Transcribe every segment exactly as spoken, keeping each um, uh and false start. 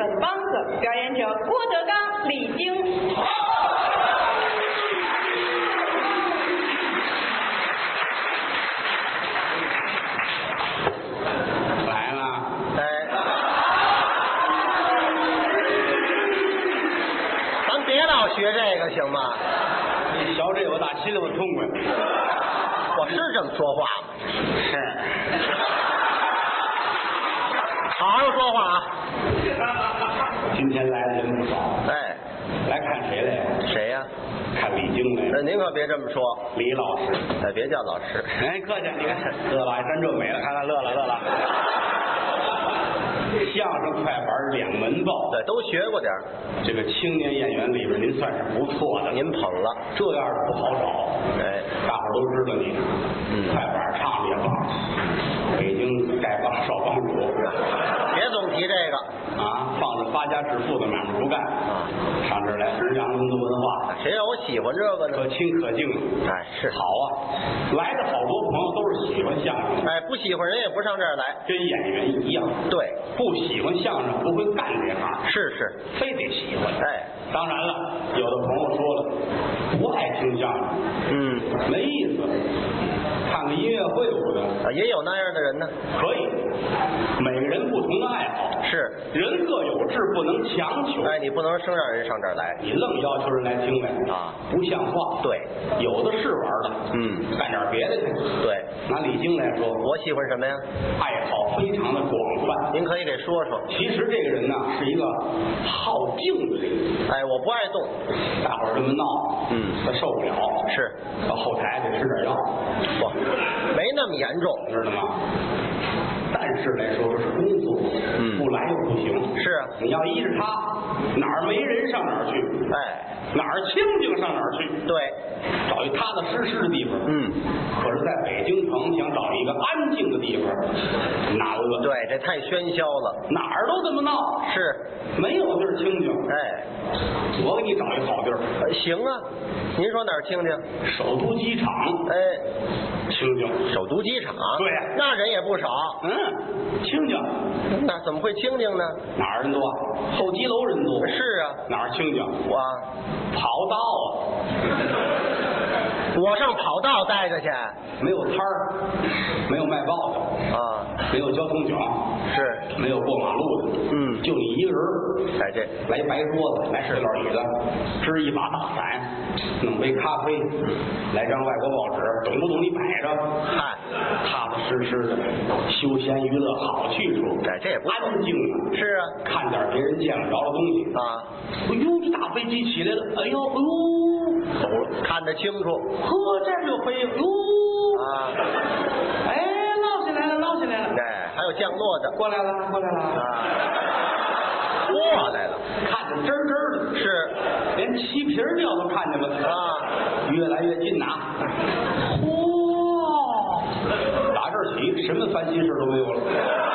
本梆子，表演者郭德纲、李菁。 来了， 哎，咱别老学这个行吗？ 你学这我打心里头痛快。 我是这么说话吗？ 是。 好好说话啊！ 今天来的人不少， 哎， 来看谁来呀？ 谁呀？ 看李菁来了。 那您可别这么说， 李老师。 哎，别叫老师。 哎，客气，你看乐了，山这美了，看看乐了乐了。相声快板两门报， 对，都学过点。 这个青年演员里边，您算是不错的， 您捧了， 这样的不好找。 哎， 大伙儿都知道你， 嗯， 快板唱的也棒，北京丐帮少帮主。 别总提这个啊，放着发家致富的买卖不干啊， 上这儿来弘扬民族文化， 谁让我喜欢这个呢？ 可亲可敬。 哎，是好啊，来的好多朋友都是喜欢相声， 哎，不喜欢人也不上这儿来， 跟演员一样。 对， 不喜欢相声不会干这行， 是是， 非得喜欢。 哎， 当然了，有的朋友说了，不爱听相声， 嗯， 没意思，看个音乐会舞的啊，也有那样的人呢。 可以，每个人不同的爱好， 是人各有志，不能强求。 哎，你不能生让人上这儿来， 你愣要求人来听来啊， 不像话。 对， 有的是玩的， 嗯， 干点别的去。 对， 拿李菁来说， 我喜欢什么呀？ 爱好非常的广泛。 您可以给说说。 其实这个人呢，是一个好静的人。 哎，我不爱动， 大伙儿这么闹， 嗯， 他受不了。 是， 到后台得吃点药。 不，没那么严重， 知道吗？但是来说，这是工作， 嗯， 不来又不行。 是啊， 你要依着他，哪儿没人上哪儿去， 哎， 哪儿清静上哪儿去。 对， 找一踏踏实实的地方。 嗯， 可是在北京城想找一个安静的地方，难了。 对，这太喧嚣了， 哪儿都这么闹， 是， 没有地儿清静。 哎， 我给你找一好地儿。 呃行啊，您说哪儿清静？ 首都机场。 哎， 清静。 首都机场。 对呀， 那人也不少。 嗯，清静。 那怎么会清静呢？ 哪儿人多啊？候机楼人多。 是啊。 哪儿清静？ 我跑道啊。 我上跑道待着去。 没有摊儿，没有卖报的啊， 没有交通警， 是没有过马路的。 嗯， 就你一个人。 在这来一白桌子，来四老椅子，支一把大伞，弄杯咖啡，来张外国报纸，懂不懂？你摆着， 嗨， 踏踏实实的休闲娱乐好去处。 哎，这也不安静啊。 是啊， 看点别人见不着的东西啊。 哎呦，这大飞机起来了！哎呦，哎呦，走了， 看得清楚。 呵，这儿有飞哟。 啊， 哎，落下来了，落下来了。 哎，还有降落的。 过来了，过来了。 啊，过来了， 看着真真的。 是， 连漆皮儿掉都看见了。 啊， 越来越近呐。嚯！打这儿起，什么烦心事都没有了。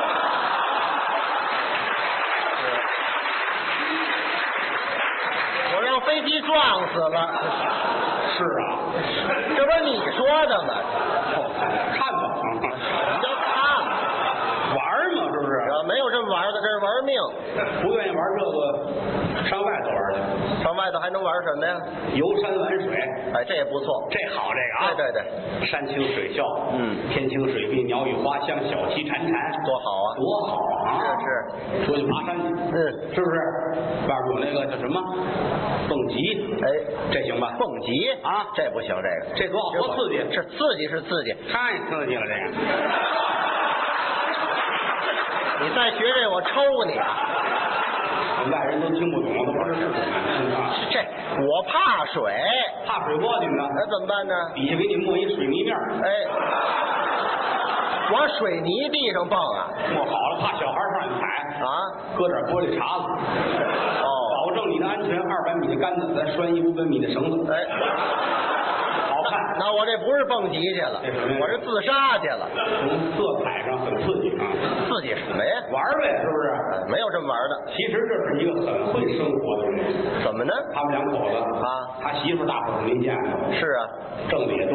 我让飞机撞死了。 是啊， 这不是你说的吗？ 看吧， 你叫看吧， 玩嘛，是不是？ 啊，没有这么玩的，这是玩命。 不愿意玩这个，上外头玩去。 上外头还能玩什么呀？ 游山玩水。 哎，这也不错。 这好，这个啊。 对对对， 山清水秀， 嗯， 天清水碧，鸟语花香，小溪潺潺， 多好啊！ 多好啊！ 是是， 出去爬山去， 嗯， 是不是？外边有那个叫什么蹦极？ 哎， 这行吧？ 蹦极啊， 这不行，这个这多好，多刺激！ 是刺激是刺激， 太刺激了，这个。 你再学这我抽你！ 外人都听不懂，都不知道是什么。 这我怕水， 怕水过去呢， 那怎么办呢？ 底下给你抹一水泥面。 哎，往水泥地上蹦啊！ 抹好了，怕小孩上去踩啊！ 搁点玻璃碴子， 哦， 保证你的安全。二百米的杆子，咱拴一五百米的绳子。 哎， 好看。 那我这不是蹦极去了，我是自杀去了。 从色彩上很刺激啊！ 刺激什么呀？ 玩呗，是不是？ 没有这么玩的。 其实这是一个很会生活的人。 怎么呢？ 他们两口子啊， 他媳妇大伙儿没见过。 是啊， 挣的也多，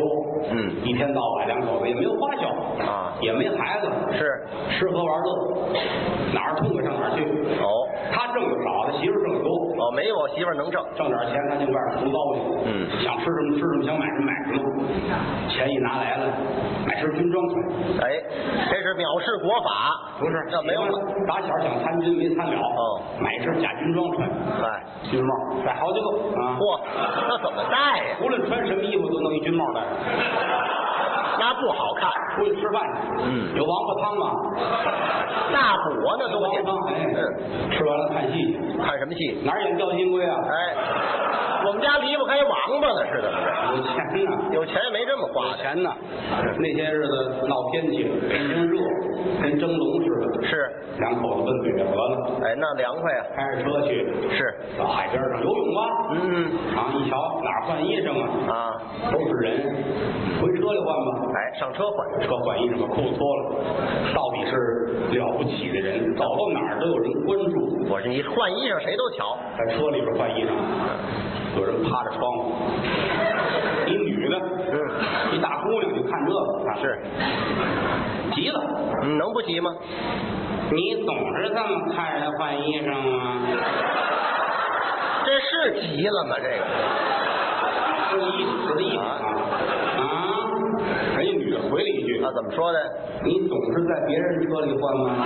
嗯， 一天到晚两口子也没有花销啊， 也没孩子， 是吃喝玩乐，哪儿痛快上哪儿去。 哦， 他挣的少，他媳妇挣的多。 哦，没有我媳妇能挣， 挣点钱他就外边胡叨去。 嗯， 想吃什么吃什么，想买什么买什么。钱一拿来了，买身军装穿。 哎，这是藐视国法， 不是， 这没有了。 打小想参军没参了， 哦， 买一身假军装穿。 哎， 军帽戴好几个啊。 嚯，那怎么戴呀？ 无论穿什么衣服都弄一军帽戴。 那不好看。 出去吃饭去，嗯，有王八汤吗？ 大补啊，那东西。 汤，哎， 嗯， 吃完了看戏去。 看什么戏？ 哪儿演吊金龟啊？ 哎，我们家离不开王八呢，是怎么着？ 有钱呢， 有钱也没这么花。 有钱呢，那些日子闹天气，北京热，跟蒸笼似的。 是， 两口子奔北戴河了。 哎，那凉快啊！ 开着车去， 是到海边上游泳吧。 嗯， 啊，一瞧哪儿换衣裳啊？ 啊， 都是人，回车里换吧。 哎，上车换， 车换衣裳，把裤子脱了，到底是了不起的人，走到哪儿都有人关注。 我说你换衣裳谁都瞧， 在车里边换衣裳，有人趴着窗户，一女的， 嗯， 一大姑娘就看这个， 是急了， 嗯，能不急吗？ 你总是这么看人换衣裳吗？ 这是急了吗？这个是意思，是意思啊啊！人家女的回了一句， 啊，怎么说的？ 你总是在别人车里换吗？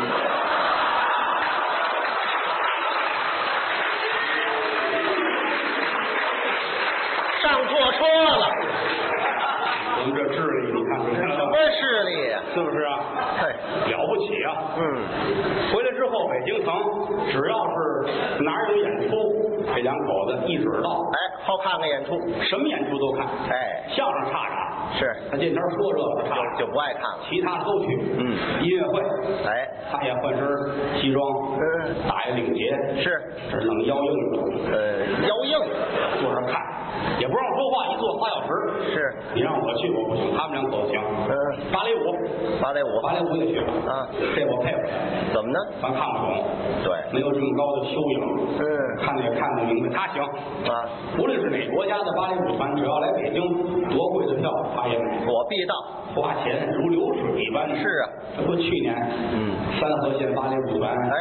上错车了。 我们这智力，你看出来了吗？ 什么势力呀？ 是不是啊？ 嘿， 了不起啊！ 嗯， 回来之后，北京城只要是哪儿有演出，这两口子一准到。 哎，好看看演出， 什么演出都看。 哎， 相声差点， 是他见天说这个差就就不爱看了， 其他的都去。 嗯， 音乐会， 哎， 他也换身西装， 嗯， 打一领结， 是这弄腰硬的， 呃，腰硬， 坐那看，也不让说话，一坐仨小时。 是你让我去我不行，他们两口子行。 嗯， 芭蕾舞， 芭蕾舞， 芭蕾舞也去了啊， 这我佩服他。 怎么呢？ 咱看不懂， 对， 没有这么高的修养。 嗯， 看也看不明白，他行啊。 无论是哪国家的芭蕾舞团，只要来北京，多贵的票他也买， 我必到， 花钱如流水一般。 是啊， 这不去年， 嗯， 三河县芭蕾舞团， 哎，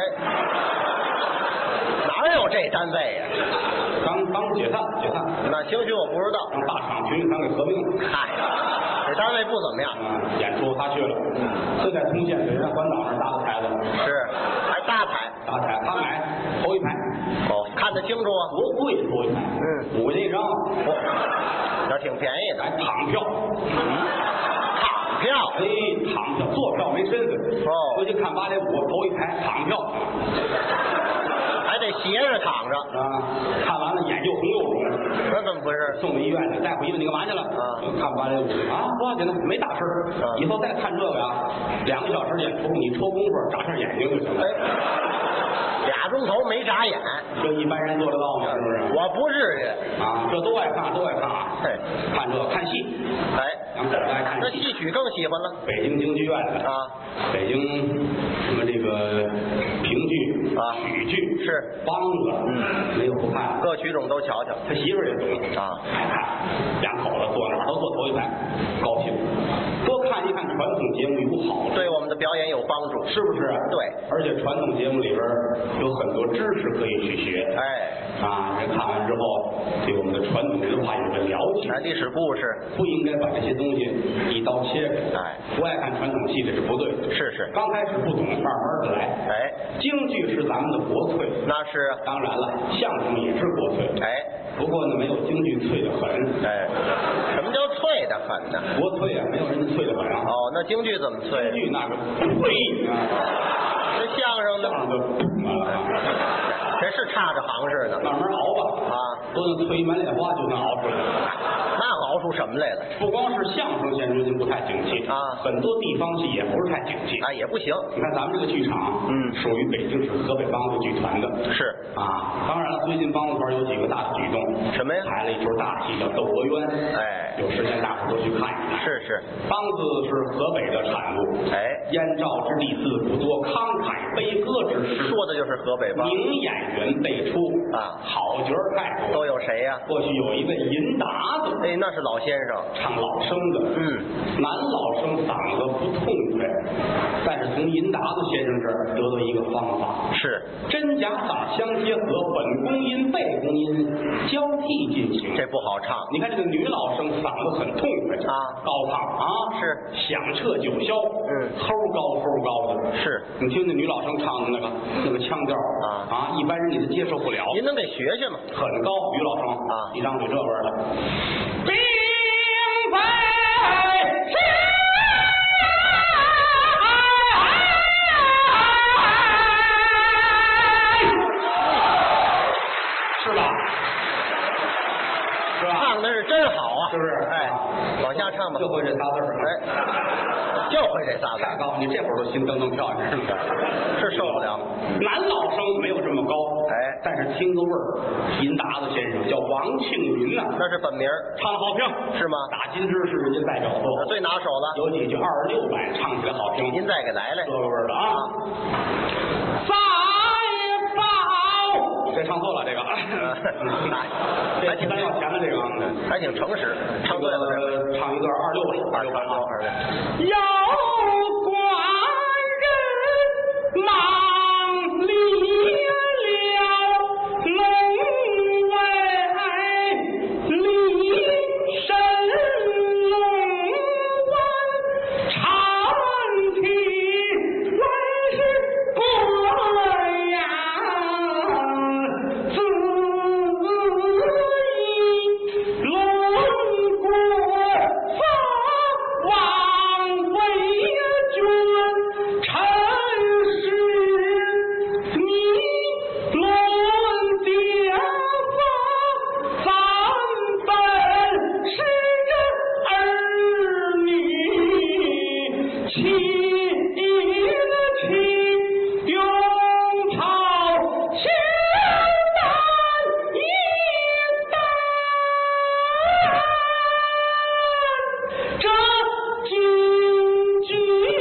哪有这单位呀？ 刚刚解散，解散。 那兴许我不知道， 让大厂群艺团给合并了。 嗨，这单位不怎么样。 嗯，演出他去了，就在通县北站环岛那儿搭的台子， 是，还搭台， 搭台，他买头一排， 哦，看得清楚啊， 多贵头一排， 嗯， 五块钱一张， 哦，那挺便宜的， 还躺票， 躺票， 哎，躺票，坐票没身份， 哦， 回去看芭蕾舞，头一排躺票， 还得斜着躺着啊，看完了眼又红又肿， 那怎么回事？ 送到医院去，大夫一问你干嘛去了？ 啊， 看芭蕾舞啊，多少钱呢？没大事儿， 啊， 以后再看这个呀，两个小时演出，你抽功夫眨下眼睛就行了。 哎，俩钟头没眨眼， 这一般人做得到吗？是不是？ 我不至于啊，这都爱看，都爱看啊。 嘿， 看这看戏， 哎， 两口子爱看那戏。 戏曲更喜欢了。 北京京剧院的啊， 北京什么这个评剧啊， 曲剧是梆子，嗯，没有不看， 各曲种都瞧瞧。 他媳妇儿也懂啊， 爱看，两口子坐哪儿都坐头一排，高兴。多看一看传统节目有好处， 对我们的表演有帮助， 是不是？ 对， 而且传统节目里边有很多知识可以去学。 哎， 啊，人看完之后对我们的传统文化有个了解。 哎，历史故事不应该把这些东西一刀切开。 哎， 不爱看传统戏的是不对的。 是是， 刚开始不懂，慢慢的来。 哎， 京剧是咱们的国粹。 那是啊。 当然了，相声也是国粹。 哎， 不过呢，没有京剧脆的很。 哎，什么叫脆的很呢？ 国粹啊，没有人家脆的很啊。 哦，那京剧怎么脆？ 京剧那个脆啊。 这相声呢？ 相声就完了啊。 这是差着行似的。 慢慢熬吧。 啊， 都能脆满脸花就能熬出来。 那熬出什么来了？ 不光是相声现如今不太景气啊， 很多地方戏也不是太景气啊，也不行。 你看咱们这个剧场， 嗯， 属于北京市河北梆子剧团的， 是啊。当然了，最近梆子团有几个大的举动， 什么呀？ 排了一出大戏叫《窦娥冤》， 哎， 有时间大伙都去看一看。 是是， 梆子是河北的产物， 哎， 燕赵之地自古多，慷慨悲歌之诗， 说的就是河北梆。 名演员辈出啊， 好角儿太多。 都有谁呀、啊？ 过去有一位银达子， 哎，那是老先生， 唱老生的。 嗯， 男老生嗓子不痛快，但是从银达子先生这儿得到一个方法， 是真假嗓相结合，本宫音、背宫音交替进行， 这不好唱。 你看这个女老生嗓子很痛快啊， 高亢啊， 是响彻九霄， 嗯， 齁高齁高的。 是你听那女老生唱的那个那个腔调啊啊，一般人你都接受不了。 您能给学学吗？ 很高，女老生啊， 一张嘴这味儿的。并非是吧？是吧？ 唱的是真好啊， 是不是？ 哎，往下唱吧。 就会这仨字儿。 哎，就会这仨字。 太高，你这会儿都心噔噔跳，你知道吗？ 是受不了。 男老生没有这么高， 哎， 但是听个味儿。银达子先生叫王庆云呐， 那是本名， 唱的好听， 是吗？ 大金枝是人家代表作， 最拿手了。 有几句二十六版，唱起来好听。 您再给来来， 这个味儿的啊。再报，这唱错了，这个。这还挺要钱的，这个还挺诚实，唱对了。 唱一段二六吧， 二六版啊，二六。 有官人忙离了龙尾，离神龙湾，长体原是过阳，自以龙国法王为君，臣是你论典法，咱本是儿女，亲亲永朝千担一担，这金句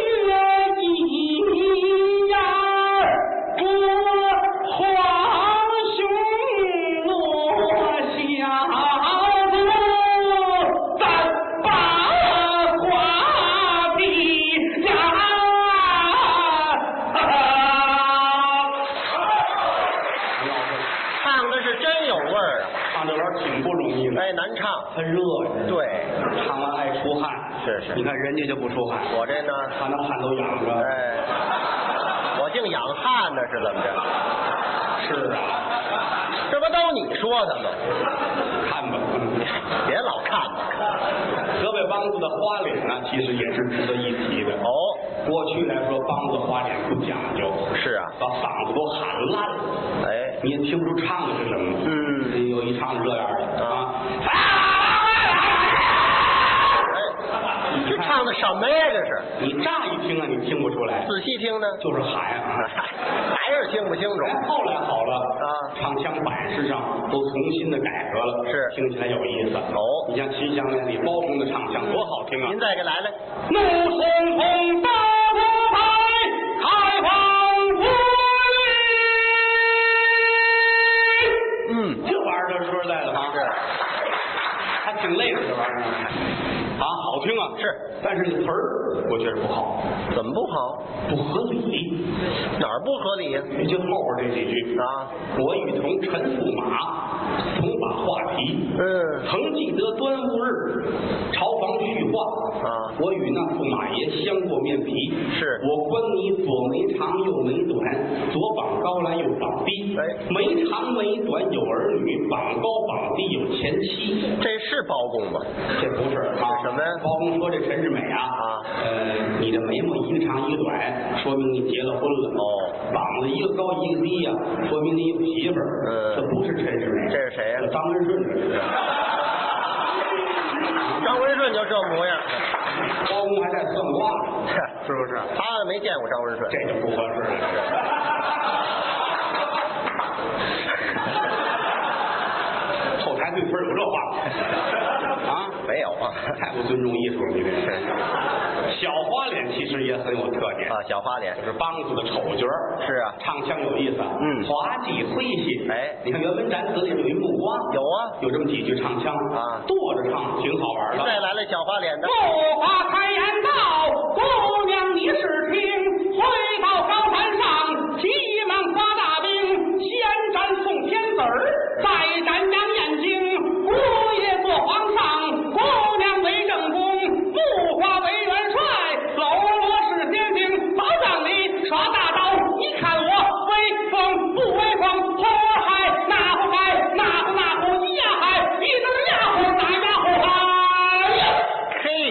一言不皇兄落下路，咱把话比呀。 唱的是真有味儿啊！ 唱这玩意儿挺不容易的， 哎，难唱， 很热呀。 对， 唱完爱出汗。 是是。 你看人家就不出汗， 我这呢， 他那汗都痒着。 哎，我净养汗呢，是怎么着？ 是啊， 这不都你说的吗？ 看吧， 别老看吧。 河北梆子的花脸呢，其实也是值得一提的。 哦， 过去来说，梆子花脸不讲究。 是啊， 把嗓子都喊烂了。 哎， 你也听不出唱的是什么。 嗯， 有一唱是这样的啊。 这唱的什么呀？这是你乍一听啊，你听不出来， 仔细听呢， 就是喊啊， 还是听不清楚。 哎，后来好了啊， 唱腔版式上都重新的改革了， 是听起来有意思。 哦， 你像《秦香莲》里包公的唱腔多好听啊！ 您再给来来。 怒冲冲大步拍，开放不离。 嗯， 这玩意儿是说实在的啊， 是， 还挺累的这玩意儿。啊，好听啊， 是， 但是这词儿我觉得不好。 怎么不好？ 不合理。 哪儿不合理呀？ 你就后边这几句啊， 我与同陈驸马同把话题， 嗯， 曾记得端午日朝房叙话啊， 我与那驸马爷相过面皮， 是我观你左眉长右眉短，左膀高来右膀低， 哎， 眉长眉短有儿女，膀高膀低有前妻。 这是包公吗？ 这不是啊， 什么呀？ 包公说这陈世美啊， 啊， 呃，你的眉毛一个长一个短，说明你结了婚了。 哦， 膀子一个高一个低呀、啊，说明你有媳妇儿。 嗯， 这不是陈世美， 这是谁呀、 啊？张文顺这是。 张文顺就这模样。 包公还在算卦呢，是不是？ 他没见过张文顺， 这就不合适了。后台对村有这话啊？ 没有啊， 太不尊重艺术了，你这是。小花脸其实也很有特点啊，小花脸就是梆子的丑角是啊， 唱腔有意思， 嗯， 滑稽诙谐。 哎， 你看原文展词里有一木瓜， 有啊， 有这么几句唱腔啊， 跺着唱挺好玩的。 再来了小花脸的。 木花开言道，姑娘你是听，回到高山上，急忙发大兵，先斩宋天子儿，再斩杨延经，姑爷做皇上，姑娘为正宫，木花为元帅，喽啰是先行，宝藏里耍大刀，你看我威风不威风？红儿嗨，哪壶嗨，哪壶哪壶一呀嗨，一只呀呼哪呀呼嗨呀！ 嘿，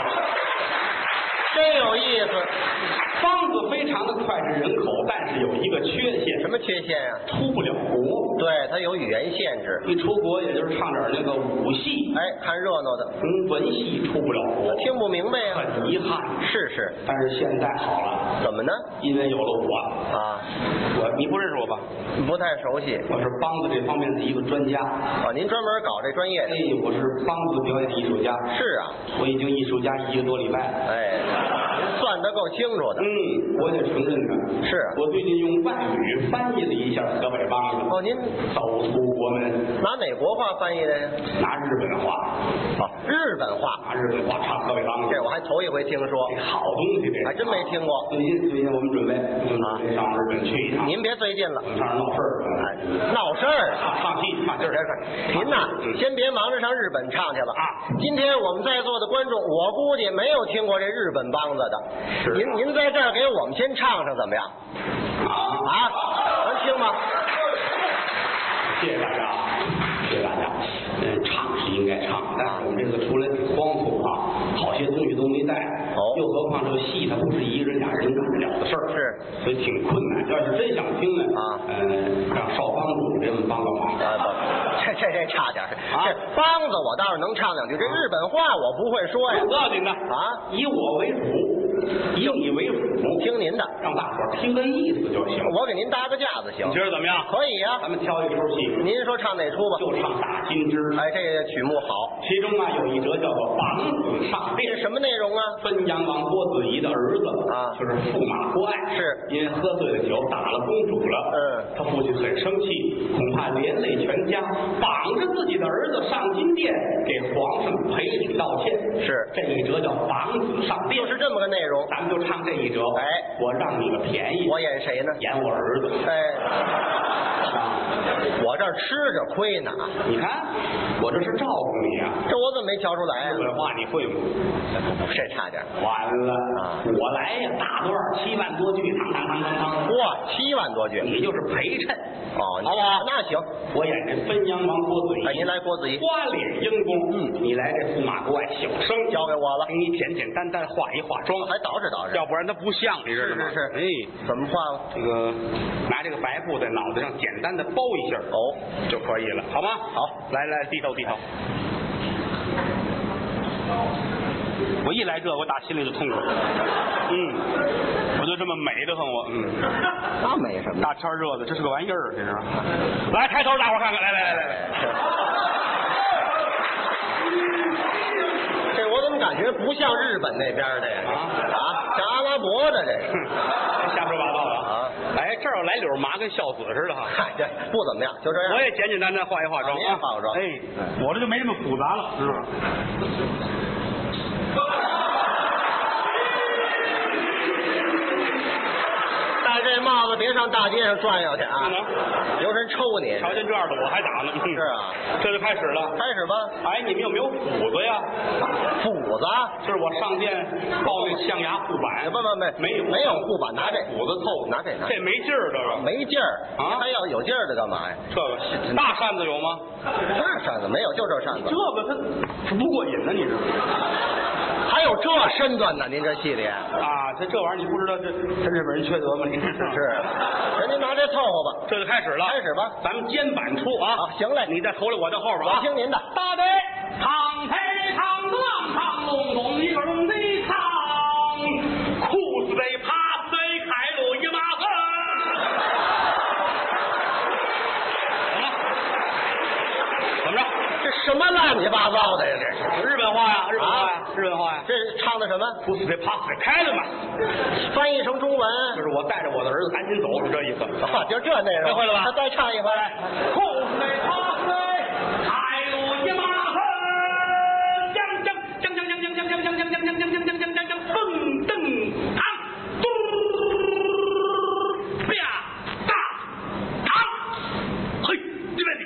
真有意思。 梆子非常的脍炙人口，但是有一个缺陷， 什么缺陷呀、啊？ 出不了国。 对，它有语言限制。 一出国，也就是唱点那个武戏， 哎，看热闹的。 嗯，文戏出不了国， 听不明白呀、 啊，很遗憾。 是是， 但是现在好了， 怎么呢？ 因为有了我啊， 我你不认识我吧？ 不太熟悉。 我是梆子这方面的一个专家。 啊，您专门搞这专业的？ 哎，我是梆子表演艺术家。 是啊， 我已经艺术家一个多礼拜了。 哎，算得够清楚的。 嗯，我得承认的。 是啊， 我最近用外语翻译了一下河北梆子。 哦，您走出国门。 拿哪国话翻译的呀？ 拿日本话。 啊，日本话。 拿日本话唱河北梆子。 这我还头一回听说。 这好东西，这还真没听过。 最近最近我们准备啊上日本去一趟。 您别最近了， 上那儿闹事儿。 哎，闹事儿啊！唱戏唱戏儿。 您呐， 嗯、 先别忙着上日本唱去了啊！ 今天我们在座的观众，我估计没有听过这日本梆子的。 是。 您您在这儿给我们先唱唱怎么样？ 啊啊，能听吗？ 谢谢大家，谢谢大家。嗯，唱是应该唱，但是我们这次出来挺荒促啊，好些东西都没带。 哦。 又何况这个戏它不是一个人俩人干得了的事儿， 是， 所以挺困难。要是真想听呢， 啊， 嗯，让少帮主给我们帮帮忙。 啊不，这这这差点啊！ 这梆子我倒是能唱两句，这日本话我不会说呀。 我告诉您呢， 啊， 以我为主，以你为辅， 听您的， 让大伙儿听个意思就行。 我给您搭个架子行？ 你觉得怎么样？ 可以呀、啊。 咱们挑一出戏， 您说唱哪出吧？ 就唱打金枝。 哎，这个曲目好。 其中啊有一折叫做绑子上殿， 这什么内容啊？ 汾阳王郭子仪的儿子啊， 就是驸马郭爱， 是因为喝醉了酒打了公主了。 嗯， 他父亲很生气，恐怕连累全家，绑着自己的儿子上金殿给皇上赔礼道歉。 是这一折叫绑子上殿， 就是这么个内容。 咱们就唱这一折。 哎， 我让你个便宜， 我演谁呢？ 演我儿子。 哎， 啊， 我这儿吃着亏呢。 你看，我这是照顾你啊。 这我怎么没瞧出来呀、啊？ 日本话你会吗？ 这差点。 完了啊！ 我来呀，大段七万多句，当当当当当。 哇，七万多句， 你就是陪衬。 哦， 好不好？ 那行， 我演这汾阳王郭子仪。 哎，您来郭子仪， 花脸英公。嗯，你来这驸马郭爱小生， 交给我了， 给你简简单单化一化妆， 还捯饬捯饬， 要不然他不像，你知道吗？ 是是是， 哎， 怎么化了？ 这个拿这个白布在脑袋上简单的包一下， 哦， 就可以了，好吗？ 好， 来来，低头低头。我一来这，我打心里就痛快。嗯，我就这么美得很，我嗯。 那没什么。 大天热的，这是个玩意儿，这是。来，抬头，大伙看看，来来来来来。 这我怎么感觉不像日本那边的呀？ 啊啊，像阿拉伯的这个。 瞎说八道的啊！ 哎，这儿要来柳麻跟孝子似的哈。 嗨，这不怎么样，就这样。 我也简简单单化一化妆啊，化个妆。 哎，我这就没这么复杂了，是吧？ 戴这帽子别上大街上转悠去啊！有人抽你。 瞧见这样的我还打呢。 是啊， 这就开始了。 开始吧。 哎，你们有没有斧子呀？ 斧子？ 就是我上殿抱那象牙护板。 不不不， 没有没有护板，拿这斧子凑， 拿这拿。 这没劲儿，这个没劲儿啊！ 还要有劲儿的干嘛呀？ 这个大扇子有吗？ 大扇子没有，就这扇子。 这个它是不过瘾呢，你知道吗？ 还有这身段呢？您这戏里啊，这这玩意儿你不知道，这这日本人缺德吗？你是是，人家拿这凑合吧。 这就开始了， 开始吧， 咱们肩板出啊！ 好，行嘞， 你在头里，我在后边啊！ 我听您的。 大队，唱嘿唱子浪唱隆隆一个隆的唱，裤子得趴得开路一马横。怎么着？ 这什么烂七八糟的呀，这是日本话呀，日本话呀，日本话呀。 这唱的什么？ 不死得怕死得开了嘛。 翻译成中文就是我带着我的儿子赶紧走，是这意思。 啊，就这内容， 学会了吧？ 他再唱一回来。 苦水怕水，海路一马横，将将将将将将将将将将将将将将将将将蹦蹬堂，嘟啪大堂，嘿，这边的，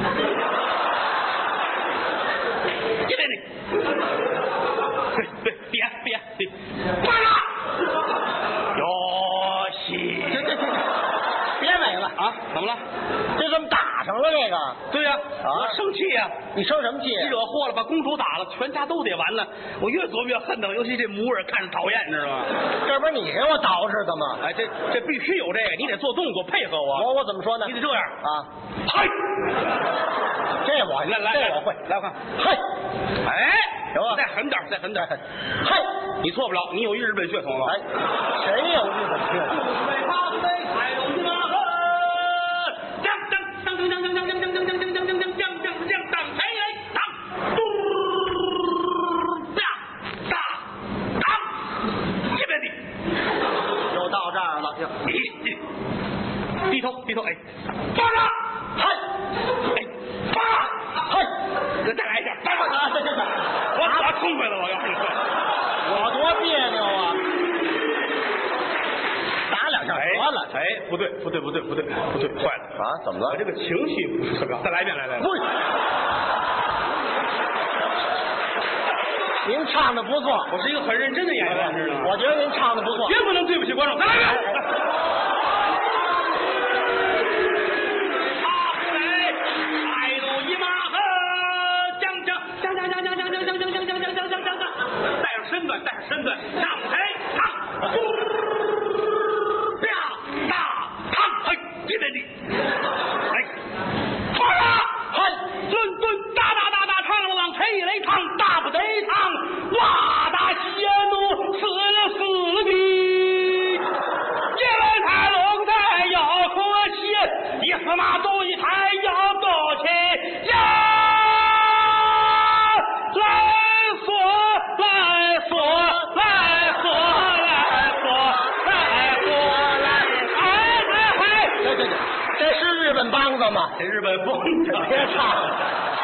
这边的，对对，别别别，完了，哟西， 这这这，别美了啊，怎么了？ 这怎么打上了这个？ 对呀， 啊我生气呀！ 你生什么气？ 你惹祸了，把公主打了，全家都得完了。我越琢磨越恨他，尤其这模样看着讨厌，你知道吗？ 这不是你给我捯饬的吗？ 哎，这这必须有这个，你得做动作配合我。 我我怎么说呢？ 你得这样啊！ 嗨， 这我来来来， 这我会。 来我看， 嘿， 哎， 行吧， 再狠点，再狠点。 嘿， 你错不了，你有日本血统了。 哎，谁有日本血统？ 低头，低头，哎，巴掌，嗨，哎，巴掌，嗨，再来一下，巴掌， 啊，这这这， 我打痛快了，我要是你， 我多别扭啊！打两下得了， 哎，不对，不对，不对，不对，不对，坏了啊！怎么了？ 我这个情绪不是特别好，再来一遍，来来来。 不是，您唱的不错， 我是一个很认真的演员，知道吗？ 我觉得您唱的不错， 绝不能对不起观众，再来一遍。身段带上身段，上台唱，嘟，啪大唱，嘿，这边的，哎，好了，嘿，顿顿哒哒哒哒唱了，往台一来唱，大不得唱，哇大血怒死了死的，一来台龙台要可惜，一司马都一台要多气呀。 日本梆子吗？ 这日本疯子， 别唱了。